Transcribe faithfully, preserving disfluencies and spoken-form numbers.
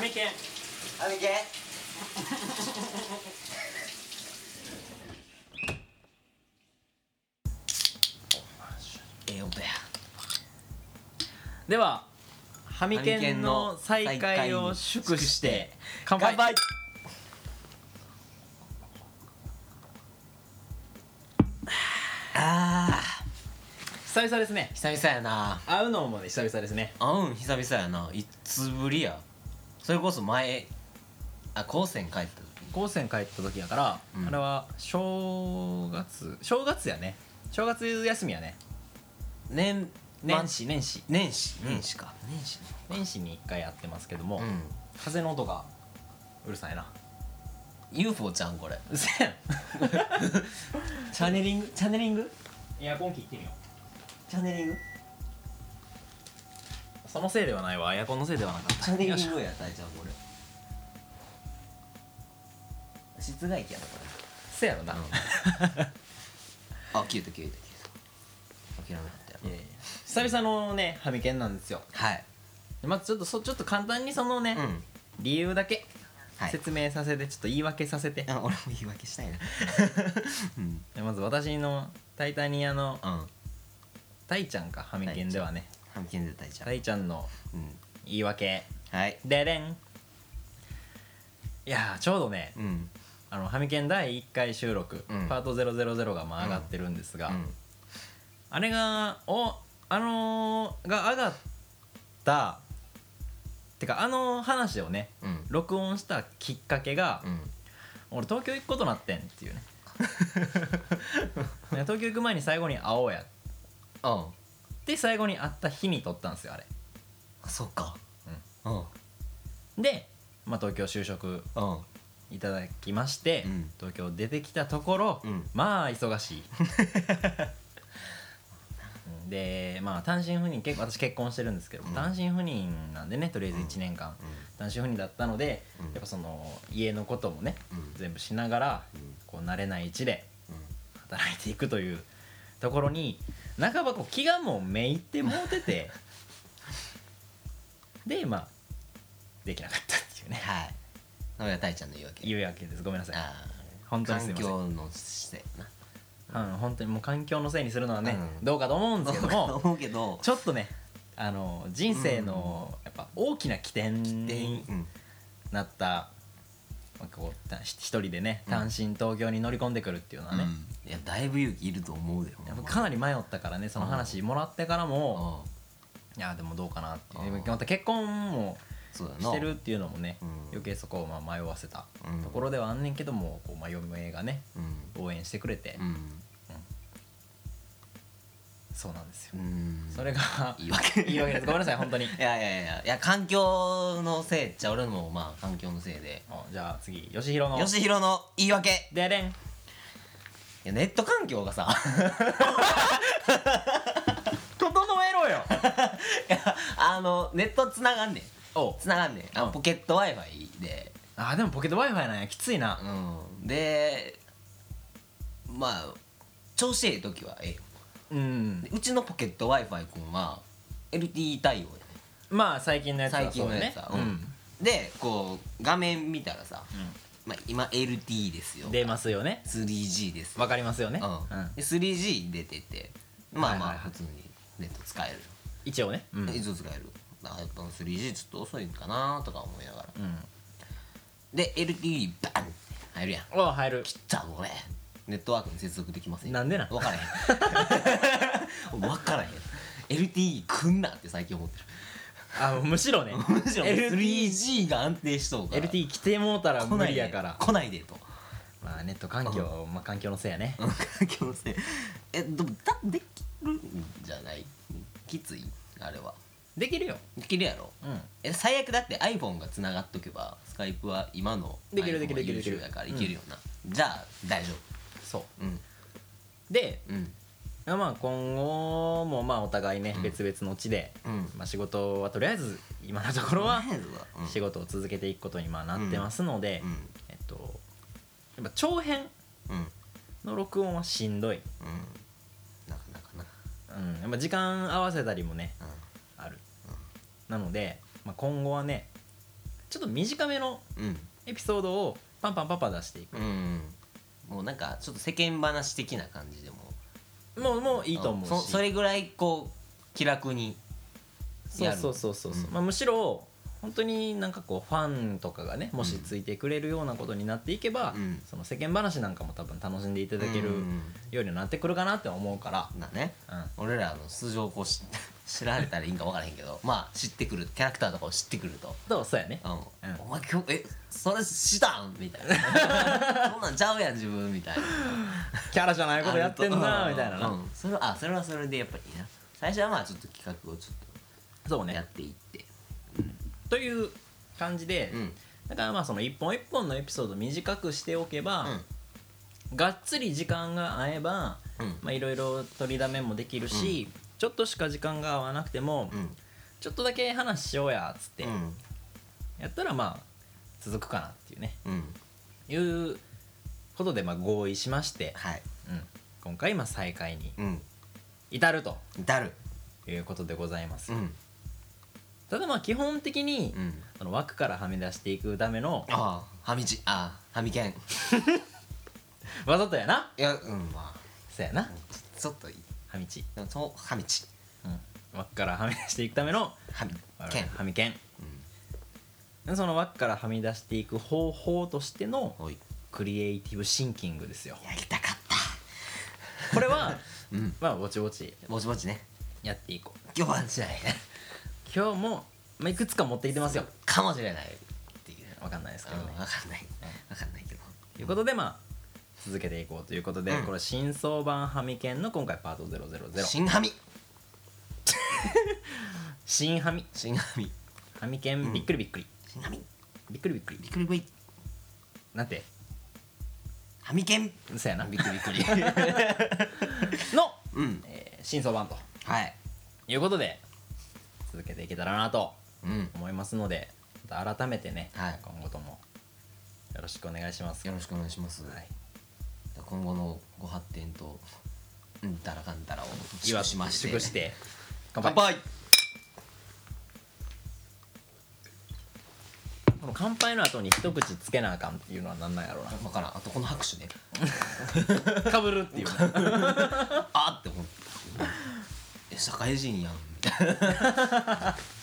みけんはみけええ音や。 でははみけんの再会を祝して乾杯。 乾杯。あ久々ですね。 ー久々やな。 会うのもね久々ですね。 あうん久々やな。いつぶりや。それこそ前あ高専帰った時。 高専帰った時やから、 うんあれは正月正月やね。正月休みやね。 年年始年始年始うん年始か年始年始にいっかいやってますけども、 のうん風の音がうるさいな。 ユーフォー ちゃんこれ。 うせやんチャネリングチャネリングエアコン切ってみよう。 チャネリングそのせいではないわ。エアコンのせいではなかった。 チャネリンよいしょグやたいちゃんこれ。室外機やなこせやろな、 れ。うん、あ消えた消えた消えた。諦めはったやろ。 いやいや久々のねハミケンなんですよ。 はいまずちょっとそちょっと簡単にそのね、 うん理由だけはい。 説明させて、ちょっと言い訳させて。 あ俺も言い訳したいな。うんでまず私のタイタニアのうんタイちゃんかハミケンではね、 ハミケンでたいちゃん。 タイちゃんのうん言い訳はい。 ででん。いやーちょうどね、 うんあのハミケンだいいっかい収録、 うんパートゼロゼロゼロがまあ上がってるんですが、 うんあれがおあのー、が上がったてかあの話をねうん録音したきっかけが、 うん俺東京行くことなってんっていうねね東京行く前に最後に会おうやうんで最後に会った日に撮ったんですよあれあそっかうんで、まあ、東京就職うんいただきまして、 うん東京出てきたところ、 うんまあ忙しいうんでまあ単身赴任結構私結婚してるんですけど、 うん単身赴任なんでねとりあえずいちねんかん、単身赴任だったので、 うんやっぱその家のこともね、 うん全部しながら、 うんこう慣れない位置でうん働いていくというところに半ばこう気がもうめいってもうててでまあできなかったっていうねはいそれがたいちゃんの言い訳。 いうわけです。ごめんなさい。 あ本当にすい環ません。 境のせいな。 うん、本当にもう環境のせいにするのはね、 うんどうかと思うんですけども思うけどちょっとねあの人生のやっぱ大きな起点にうんなったまあこうた一人でねうん単身東京に乗り込んでくるっていうのはね、 いやだいぶ勇気いると思うで。 やっぱかなり迷ったからねその話もらってからもうんいやでもどうかなっていううんまた結婚もそうだなしてるっていうのもねうん余計そこをまあ迷わせたうんところではあんねんけどもこうまあ嫁がねうん応援してくれてうんそうなんですようんそれが言い訳言い訳ですごめんなさい本当にいやいやいやいや環境のせいっちゃ俺もまあ環境のせいで。 あじゃあ次よしひろのよしひろの言い訳。いでれんやネット環境がさ整えろよいやあのネットつながんねんおうつながんねんあうんポケット Wi-Fi であでもポケット Wi-Fi なんやきついなうんでまあ調子ええ時はええよ。 うんでうちのポケット Wi-Fi 君は エルティー 対応やねまあ最近のやつは最近のやつはそうだねでこう画面見たらさ、 うまあ、今 エルティー ですよん出ますよねスリージー ですよわかりますよねうんで スリージー 出ててまあまはいはいはいあ普通にネット使える、 一応ねうんいつ使えるあやっぱ スリージー ちょっと遅いんかなとか思いながらうんで エルティー バンって入るやんお入るきったこれネットワークに接続できませんなんでなん分からへん分からへん エルティー 来んなって最近思ってるあむしろねむしろエルティースリージー が安定しとうからエルティー 来てもうたら無理やから来ないでとまあネット環境まあ環境のせいやね環境のせいえでもだできるんじゃないきついあれはできるよできるやろうんえ最悪だって iPhone がつながっとけばスカイプは今のできる iPhone できるできる優秀やからいけるよな、じゃあ大丈そ夫うんうでうんまあ今後もまあお互いねうん別々の地でうんまあ仕事はとりあえず今のところはとりあえずはうん仕事を続けていくことにまあなってますのでうんえっとやっぱ長編うんの録音はしんどい、 うんなかなかなうん、やっぱ時間合わせたりもねうんあるなので、まあ、今後はねちょっと短めのうんエピソードをパンパンパンパン出していく、 うんもうなんかちょっと世間話的な感じでももうもういいと思うし、 そそれぐらいこう気楽にそうそうそうそうそう、 うんまあ、むしろ本当になんかこうファンとかがねもしついてくれるようなことになっていけば、 うんその世間話なんかも多分楽しんでいただけるうんようになってくるかなって思うから、 だね、 うん俺らの素性をこう知知られたらいいんか分からへんけどまあ知ってくるキャラクターとかを知ってくるとどうそうやね、 うんうんお前今日えそれしたんみたいなそんなんちゃうやん自分みたいなキャラじゃないことやってんなあるとみたいなな、 うんそれはあそれはそれでやっぱりいいな最初はまあちょっと企画をちょっそうねとやっていってという感じで、 うんだからまあその一本一本のエピソード短くしておけば、がっつり時間が合えばうんまあいろいろ取りだめもできるし、ちょっとしか時間が合わなくても、 うんちょっとだけ話しようやっつって、 うんやったらまあ続くかなっていうねうんいうことでまあ合意しまして、 はいうん、今回まあ再開にうん至ると至るいうことでございます、 うんただまあ基本的に、 うんその枠からはみ出していくためのああはみちああはみけんいわざとやなやうんまあそうやなちちょっといいはみち、 でもそうはみちうん、枠からはみ出していくためのはみけんはみけんでその枠からはみ出していく方法としてのおいクリエイティブシンキングですよ。 やりたかったこれはうんまあぼちぼちぼちぼちねやっていこう。 今日はしないね今日も、まあ、いくつか持ってきてますよ。 かもしれないっていうわかんないですけどねうん。わかんないわかんないけどということでまあ続けていこうということで、 うんこれ新装版ハミケンの今回パートゼロゼロゼロ新はみ新ハミ新はみハミケンびっくりびっくり、 新はみびっくりびっくりびっくりびっくりなんてはみけんそうやなびっくりびっくりの、 うんえー新装版とはいいうことで続けていけたらなとうん思いますのでまた改めてね、 はい今後ともよろしくお願いします。 よろしくお願いしますはい、 今後のご発展とうんたらかんたらを祝祝しまして祝して乾乾杯。 杯この乾杯の後に一口つけなあかんっていうのはなんなんやろうな。 分からんあとこの拍手ねかぶるっていうあって思ってえ社会人やんみたいな